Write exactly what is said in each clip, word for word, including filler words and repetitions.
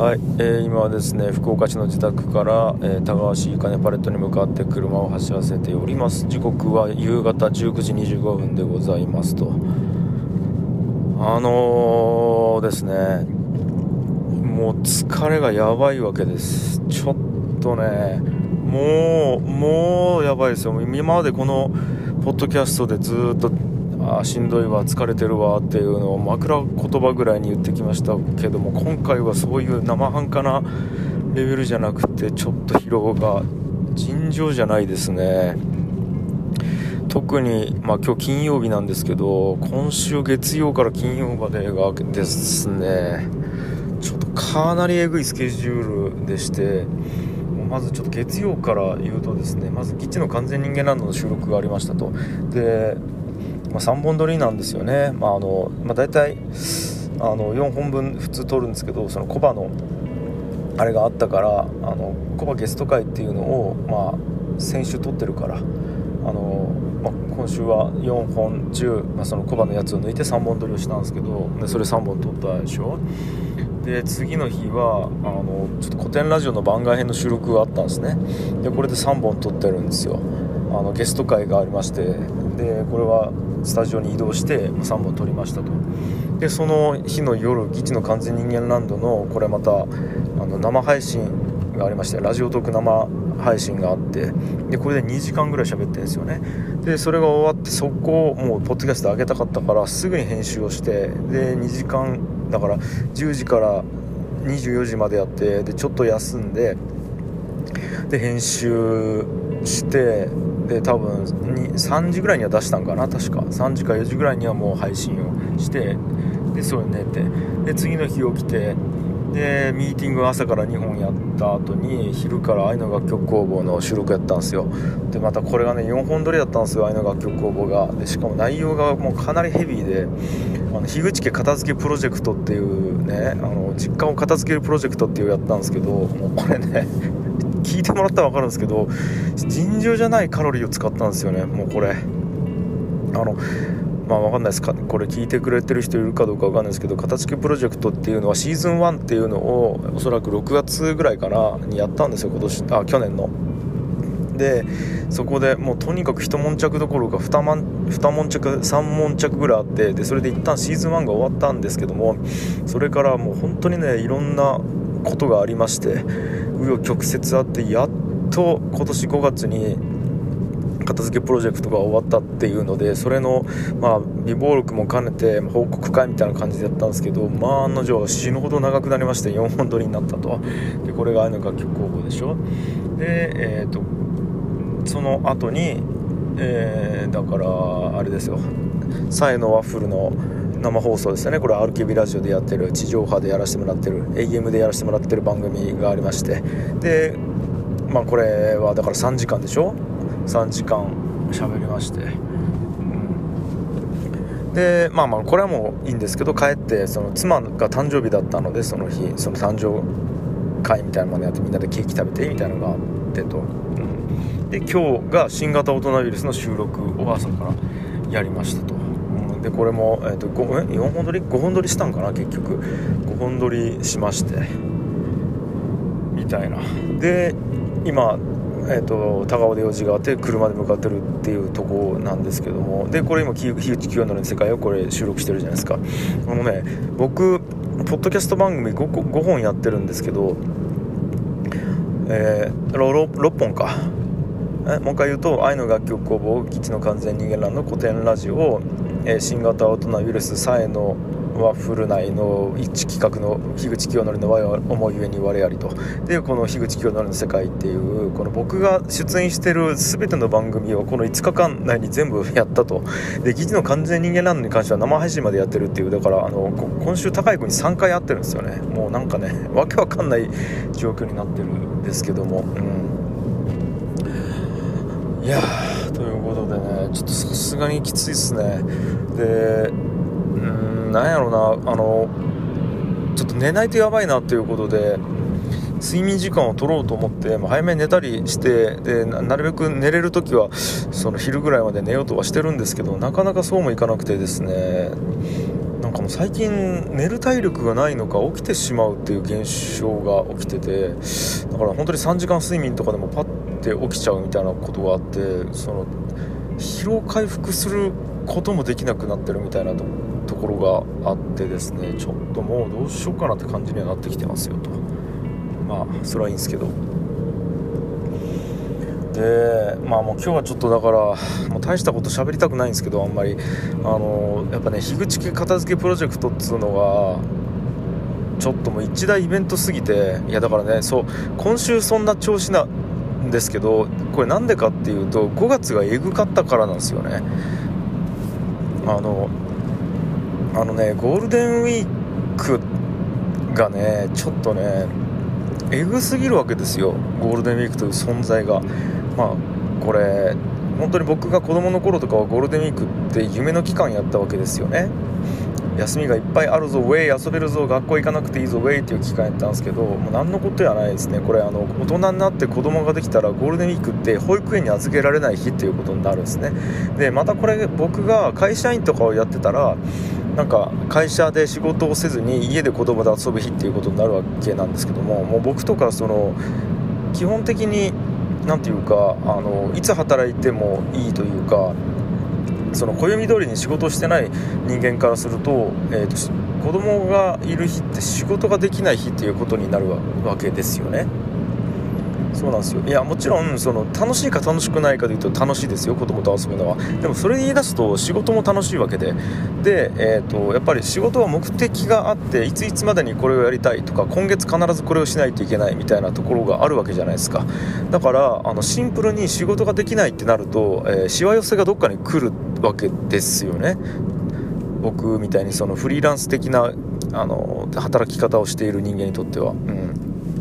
はい、えー、今はですね福岡市の自宅から、えー、田川市金パレットに向かって車を走らせております。時刻は夕方じゅうくじにじゅうごふんでございますと。あのーですねもう疲れがやばいわけです。ちょっとねもうもうやばいですよ。今までこのポッドキャストでずっとあしんどいわ疲れてるわっていうのを枕言葉ぐらいに言ってきましたけども、今回はそういう生半可なレベルじゃなくてちょっと疲労が尋常じゃないですね。特に、まあ、今日金曜日なんですけど、今週月曜から金曜までがですねちょっとかなりえぐいスケジュールでして、まずちょっと月曜から言うとですね、まずギッチの完全人間ランドの収録がありましたと。でまあ、さんぼん撮りなんですよね。まああのまあ、大体あのよんほんぶん普通撮るんですけど、そのコバのあれがあったから、あのコバゲスト会っていうのを、まあ、先週撮ってるから、あの、まあ、今週はよんほん中、まあ、そのコバのやつを抜いてさんぼん撮りをしたんですけど、でそれさんぼん撮ったでしょ。で次の日はあのちょっと古典ラジオの番外編の収録があったんですね。でこれでさんぼん撮ってるんですよ。あのゲスト会がありまして、でこれはスタジオに移動してさんぼん撮りましたと。でその日の夜ギチの完全人間ランドのこれまたあの生配信がありまして、ラジオトーク生配信があって、でこれでにじかんぐらい喋ってるんですよね。でそれが終わって速攻もうポッドキャスト上げたかったからすぐに編集をして、でにじかんだからじゅうじからにじゅうよじまでやって、でちょっと休んでで編集して、で多分にさんじぐらいには出したんかな、確かさんじかよじぐらいにはもう配信をして、でそれ寝て、で次の日起きて、でミーティング朝からにほんやった後に昼から愛の楽曲工房の収録やったんですよ。でまたこれがねよんほん撮りだったんですよ、愛の楽曲工房が。でしかも内容がもうかなりヘビーで、あの樋口家片付けプロジェクトっていうね、あの実家を片付けるプロジェクトっていうやったんですけど、もうこれね聞いてもらったら分かるんですけど、尋常じゃないカロリーを使ったんですよね。もうこれあのまあ分かんないですか、これ聞いてくれてる人いるかどうか分かんないですけど、片付けプロジェクトっていうのはシーズンワンっていうのをおそらくろくがつぐらいかなにやったんですよ、今年あ去年の。でそこでもうとにかく一悶着どころか二悶着三悶着ぐらいあって、でそれで一旦シーズンワンが終わったんですけども、それからもう本当にねいろんなことがありまして、紆余曲折あって、やっと今年ごがつに片付けプロジェクトが終わったっていうので、それのまあ備忘録も兼ねて報告会みたいな感じでやったんですけど、まあ案の定死ぬほど長くなりましてよんほん撮りになったと。でこれが愛の楽曲工房でしょ。でえっとその後に、えー、だからあれですよ、サエのワッフルの生放送ですよね。これ アールケービー ラジオでやってる、地上波でやらせてもらってる、 エーエム でやらせてもらってる番組がありまして、でまあこれはだからさんじかんでしょ。さんじかん喋りまして、うん、でまあまあこれはもういいんですけど、帰ってその妻が誕生日だったので、その日その誕生会みたいなものやってみんなでケーキ食べてみたいなのがあってと、うん、で今日が新型オトナウイルスの収録を朝からやりましたと。でこれも、えー、とごよんほん撮りごほん撮りしたんかな、結局ごほん撮りしましてみたいな。で今、えー、と田川で用事があって車で向かってるっていうとこなんですけども、でこれ今樋口清則の世界をこれ収録してるじゃないですか。あのね僕ポッドキャスト番組 5, ごほんやってるんですけど、えー、ろっぽんか。えもう一回言うと、愛の楽曲工房、ギチの完全人間ランド、古典ラジオ、えー、新型オトナウイルス、サエのワッフル内の一企画の樋口清則の我は思いゆえに我ありと。でこの樋口清則の世界っていう、この僕が出演してる全ての番組をこのいつかかん内に全部やったと。でギチの完全人間ランドに関しては生配信までやってるっていう、だからあの今週高井君にさんかい会ってるんですよね。もうなんかねわけわかんない状況になってるんですけども、うん、いやーということでね、ちょっとさすがにきついっすね。でうーんなんやろな、あのちょっと寝ないとやばいなっていうことで睡眠時間を取ろうと思って、まあ、早めに寝たりして、で な, なるべく寝れるときはその昼ぐらいまで寝ようとはしてるんですけど、なかなかそうもいかなくてですね、 なんかもう最近寝る体力がないのか起きてしまうっていう現象が起きてて、だから本当にさんじかん睡眠とかでもパッて起きちゃうみたいなことがあって、その疲労回復することもできなくなってるみたいな と, ところがあってですね、ちょっともうどうしようかなって感じにはなってきてますよと。まあそれはいいんですけど、でまあもう今日はちょっとだからもう大したこと喋りたくないんですけど、あんまりあのやっぱね、樋口家片付けプロジェクトっつうのがちょっともう一大イベントすぎて、いやだからね、そう今週そんな調子なんですけど、これなんでかっていうとごがつがエグかったからなんですよね。あのあのねゴールデンウィークがねちょっとねエグすぎるわけですよ、ゴールデンウィークという存在が。まあこれ本当に僕が子供の頃とかはゴールデンウィークって夢の期間やったわけですよね。休みがいっぱいあるぞ、ウェイ遊べるぞ、学校行かなくていいぞウェイっていう期間やったんですけど、もう何のことやないですね。これあの大人になって子供ができたらゴールデンウィークって保育園に預けられない日っていうことになるんですね。でまたこれ僕が会社員とかをやってたら、なんか会社で仕事をせずに家で子供で遊ぶ日っていうことになるわけなんですけども、もう僕とかその基本的になんていうか、あのいつ働いてもいいというか、その暦通りに仕事をしてない人間からすると、えーと、子供がいる日って仕事ができない日っていうことになるわけですよね。そうなんですよ。いやもちろんその楽しいか楽しくないかでいうと楽しいですよ、子供と遊ぶのは。でもそれ言い出すと仕事も楽しいわけで、で、えーと、やっぱり仕事は目的があって、いついつまでにこれをやりたいとか、今月必ずこれをしないといけないみたいなところがあるわけじゃないですか。だからあのシンプルに仕事ができないってなると、えー、しわ寄せがどっかに来るわけですよね。僕みたいにそのフリーランス的なあの働き方をしている人間にとっては、うん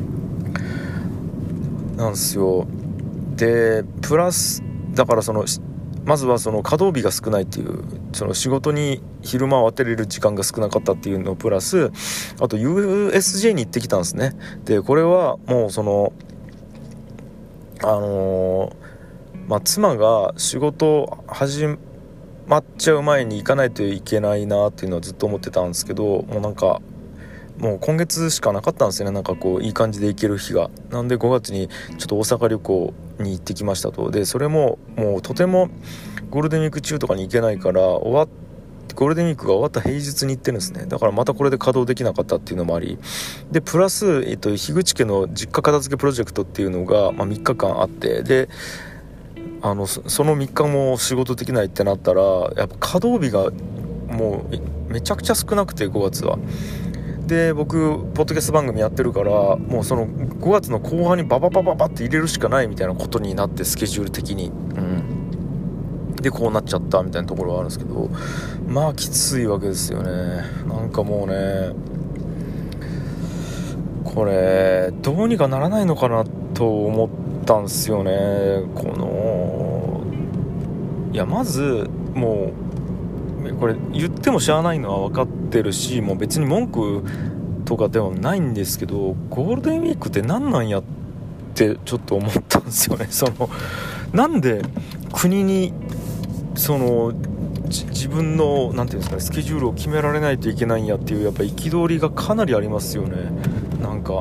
なんですよ。でプラスだからそのまずはその稼働日が少ないっていう、その仕事に昼間を当てれる時間が少なかったっていうのプラス、あと ユーエスジェー に行ってきたんですね。でこれはもうそのあのー、まあ妻が仕事始まっちゃう前に行かないといけないなっていうのはずっと思ってたんですけど、もうなんかもう今月しかなかったんですよね。なんかこういい感じで行ける日が。なんでごがつにちょっと大阪旅行に行ってきましたと。でそれももうとてもゴールデンウィーク中とかに行けないから、終わっゴールデンウィークが終わった平日に行ってるんですね。だからまたこれで稼働できなかったっていうのもあり、でプラス、えっと、樋口家の実家片付けプロジェクトっていうのが、まあ、みっかかんあって、であの そ, そのみっかも仕事できないってなったら、やっぱ稼働日がもうめちゃくちゃ少なくて、ごがつは。で僕ポッドキャスト番組やってるから、もうそのごがつの後半にバババババって入れるしかないみたいなことになって、スケジュール的に、うん、でこうなっちゃったみたいなところはあるんですけど、まあきついわけですよね。なんかもうね、これどうにかならないのかなと思ったんですよね。このいやまずもうこれ言ってもしゃあないのは分かってるし、もう別に文句とかではないんですけど、ゴールデンウィークって何なんやってちょっと思ったんですよね。そのなんで国にその自分のなんていうんですかね、スケジュールを決められないといけないんやっていう、やっぱ憤りがかなりありますよね。なんか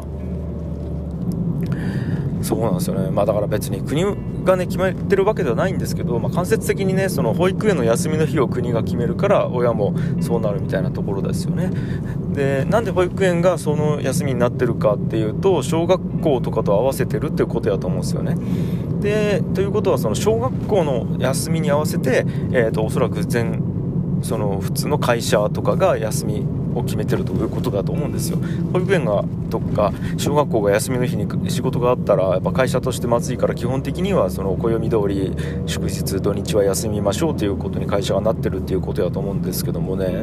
そうなんですよね。まあだから別に国がね決めてるわけではないんですけど、まあ、間接的にね、その保育園の休みの日を国が決めるから親もそうなるみたいなところですよね。でなんで保育園がその休みになってるかっていうと、小学校とかと合わせてるっていうことやと思うんですよね。でということは、その小学校の休みに合わせて、えーと、おそらく全その普通の会社とかが休みを決めてるということだと思うんですよ。保育園がとか小学校が休みの日に仕事があったら、やっぱ会社としてまずいから、基本的にはその暦通り祝日土日は休みましょうということに会社がなってるっていうことだと思うんですけどもね。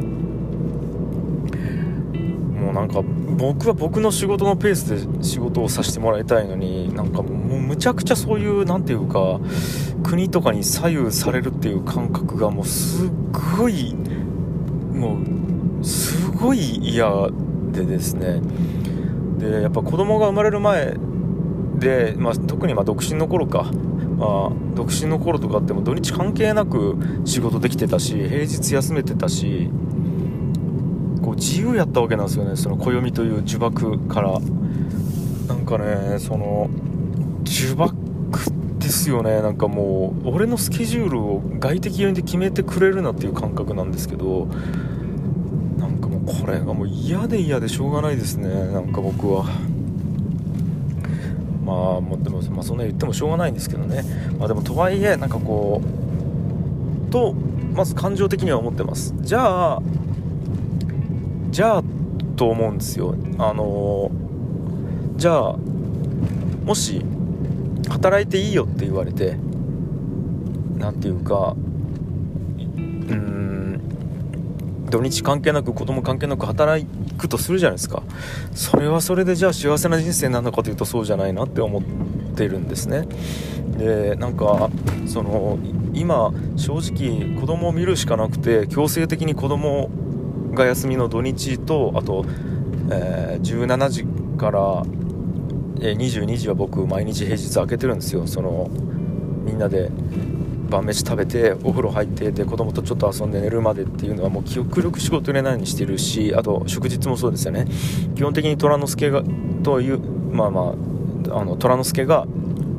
もうなんか僕は僕の仕事のペースで仕事をさせてもらいたいのに、なんかもうむちゃくちゃそういうなんていうか、国とかに左右されるっていう感覚がもうすっごいもうすごい嫌でですね。でやっぱ子供が生まれる前で、まあ、特にまあ独身の頃か、まあ、独身の頃とかっても土日関係なく仕事できてたし、平日休めてたし、 こう自由やったわけなんですよね、その暦という呪縛から。なんかね、その呪縛ですよね。なんかもう俺のスケジュールを外的要因で決めてくれるなっていう感覚なんですけど、なんかもうこれがもう嫌で嫌でしょうがないですね。なんか僕はまあもうでも、まあ、そんな言ってもしょうがないんですけどね。まあでもとはいえなんかこうとまず感情的には思ってます。じゃあじゃあと思うんですよ。あのじゃあもし働いていいよって言われて、なんていうか、うーん土日関係なく子供関係なく働くとするじゃないですか。それはそれでじゃあ幸せな人生なのかというとそうじゃないなって思ってるんですね。でなんかその今正直子供を見るしかなくて、強制的に子供が休みの土日と、あと、えー、じゅうしちじからにじゅうにじは僕毎日平日開けてるんですよ。そのみんなで晩飯食べてお風呂入ってで子供とちょっと遊んで寝るまでっていうのはもう極力仕事入れないようにしてるし、あと祝日もそうですよね。基本的に虎之助がというまあまああの虎之助があ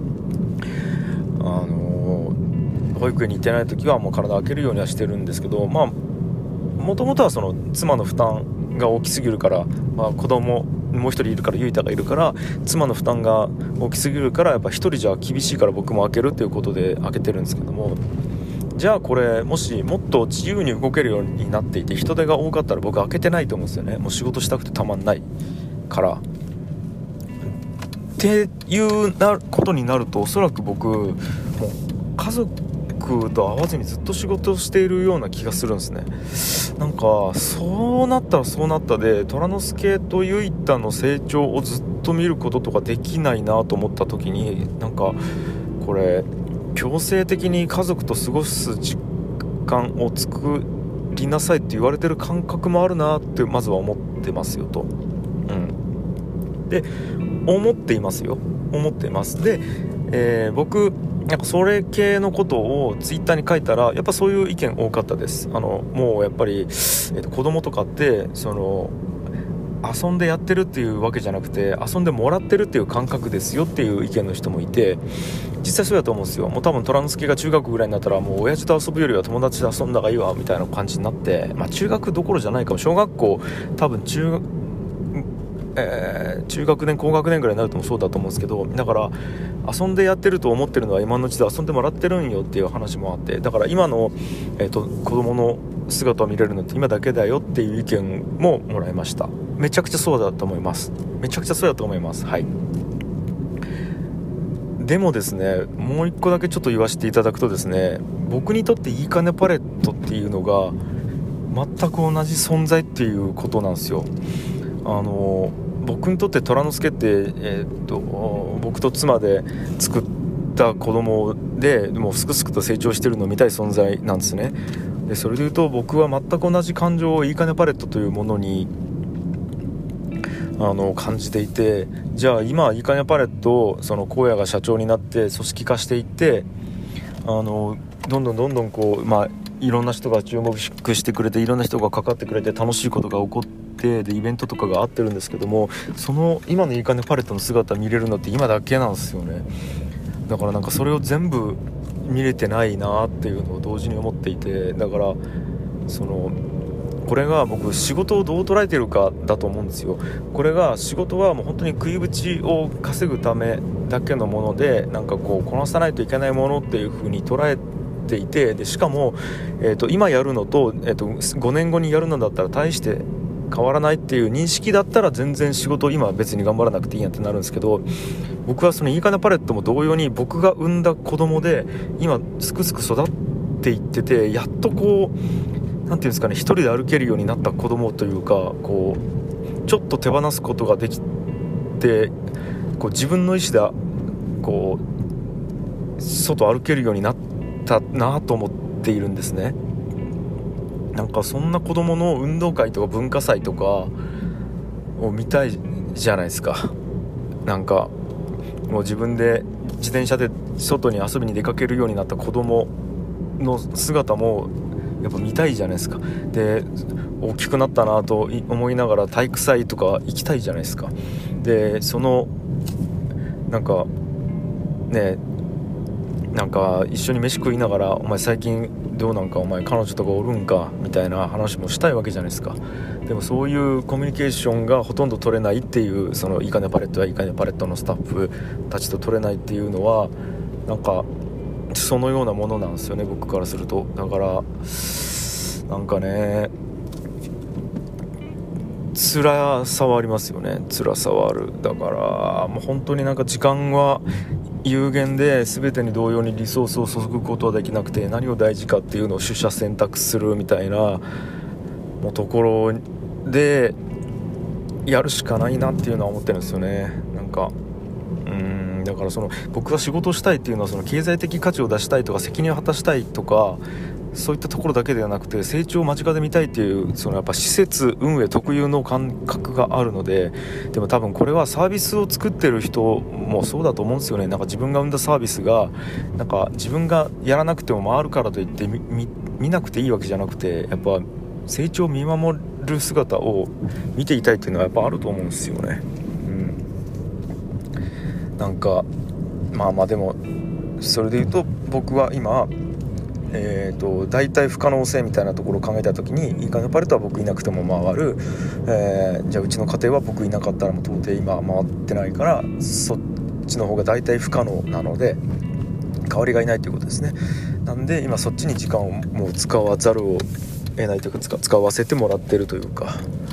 の保育園に行ってない時はもう体開けるようにはしてるんですけど、まあもともとはその妻の負担が大きすぎるから、まあ、子供もう一人いるからゆいたがいるから妻の負担が大きすぎるからやっぱ一人じゃ厳しいから僕も開けるっていうことで開けてるんですけども、じゃあこれもしもっと自由に動けるようになっていて人手が多かったら僕開けてないと思うんですよね。もう仕事したくてたまんないからっていうなことになると、おそらく僕もう家族と会わずにずっと仕事をしているような気がするんですね。なんかそうなったらそうなったで虎之助とゆいたの成長をずっと見ることとかできないなと思った時に、なんかこれ強制的に家族と過ごす時間を作りなさいって言われてる感覚もあるなってまずは思ってますよと、うんで思っていますよ思っていますで、えー、僕なんかそれ系のことをツイッターに書いたらやっぱそういう意見多かったです。あのもうやっぱり、えー、と子供とかってその遊んでやってるっていうわけじゃなくて遊んでもらってるっていう感覚ですよっていう意見の人もいて、実際そうだと思うんですよ。もう多分虎之助が中学ぐらいになったらもう親父と遊ぶよりは友達と遊んだ方がいいわみたいな感じになって、まあ中学どころじゃないかも、小学校多分中学えー、中学年高学年ぐらいになるともそうだと思うんですけど、だから遊んでやってると思ってるのは今のうちで遊んでもらってるんよっていう話もあって、だから今の、えーと、子供の姿を見れるのって今だけだよっていう意見ももらいました。めちゃくちゃそうだと思いますめちゃくちゃそうだと思います。はい。でもですね、もう一個だけちょっと言わせていただくとですね、僕にとっていいかねパレットっていうのが全く同じ存在っていうことなんですよ。あの僕にとって虎之助って、えー、っと僕と妻で作った子供でもうすくすくと成長してるのを見たい存在なんですね。でそれでいうと僕は全く同じ感情をいいかねパレットというものにあの感じていて、じゃあ今いいかねパレットをその荒野が社長になって組織化していってあのどんどんどんどんこう、まあ、いろんな人が注目してくれていろんな人が関わってくれて楽しいことが起こってでイベントとかがあってるんですけども、その今のいいかねパレットの姿見れるのって今だけなんですよね。だからなんかそれを全部見れてないなっていうのを同時に思っていて、だからそのこれが僕仕事をどう捉えてるかだと思うんですよ。これが仕事はもう本当に食いぶちを稼ぐためだけのもので、なんかこうこなさないといけないものっていう風に捉えていて、でしかも、えーと、今やるのと、えーと、ごねんごにやるのだったら大して変わらないっていう認識だったら全然仕事今は別に頑張らなくていいやってなるんですけど、僕はそのいいかねパレットも同様に僕が産んだ子供で今すくすく育っていってて、やっとこうなんていうんですかね、一人で歩けるようになった子供というか、こうちょっと手放すことができてこう自分の意思でこう外歩けるようになったなと思っているんですね。なんかそんな子供の運動会とか文化祭とかを見たいじゃないですか。なんかもう自分で自転車で外に遊びに出かけるようになった子供の姿もやっぱ見たいじゃないですか。で大きくなったなと思いながら体育祭とか行きたいじゃないですか。でそのなんかねなんか一緒に飯食いながらお前最近どうなんかお前彼女とかおるんかみたいな話もしたいわけじゃないですか。でもそういうコミュニケーションがほとんど取れないっていうそのいいかねパレットやいいかねパレットのスタッフたちと取れないっていうのはなんかそのようなものなんですよね、僕からすると。だからなんかね辛さはありますよね。辛さはある。だからもう本当になんか時間は有限で全てに同様にリソースを注ぐことはできなくて、何を大事かっていうのを取捨選択するみたいなもうところでやるしかないなっていうのは思ってるんですよね。なんかうーんだからその僕が仕事をしたいっていうのはその経済的価値を出したいとか責任を果たしたいとかそういったところだけではなくて、成長を間近で見たいっていうそのやっぱ施設運営特有の感覚があるので。でも多分これはサービスを作ってる人もそうだと思うんですよね。なんか自分が生んだサービスがなんか自分がやらなくても回るからといって見、見、見なくていいわけじゃなくて、やっぱ成長を見守る姿を見ていたいっていうのはやっぱあると思うんですよね。うん、なんかまあまあでもそれで言うと僕は今えー、と大体不可能性みたいなところを考えたときにいいかねパレットは僕いなくても回る、えー、じゃあうちの家庭は僕いなかったらもう到底今回ってないからそっちの方が大体不可能なので代わりがいないということですね。なんで今そっちに時間をもう使わざるを得ないというか 使, 使わせてもらってるというか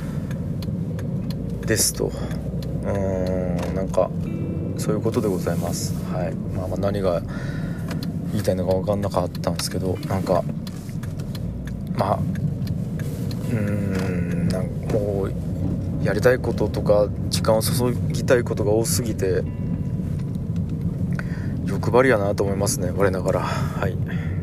ですと。うーんなんかそういうことでございます。はい。まあ、まあ何が言いたいのか分かんなかったんですけど、なんかまあうーんなんかもうやりたいこととか時間を注ぎたいことが多すぎて欲張りやなと思いますね、我ながら。はい。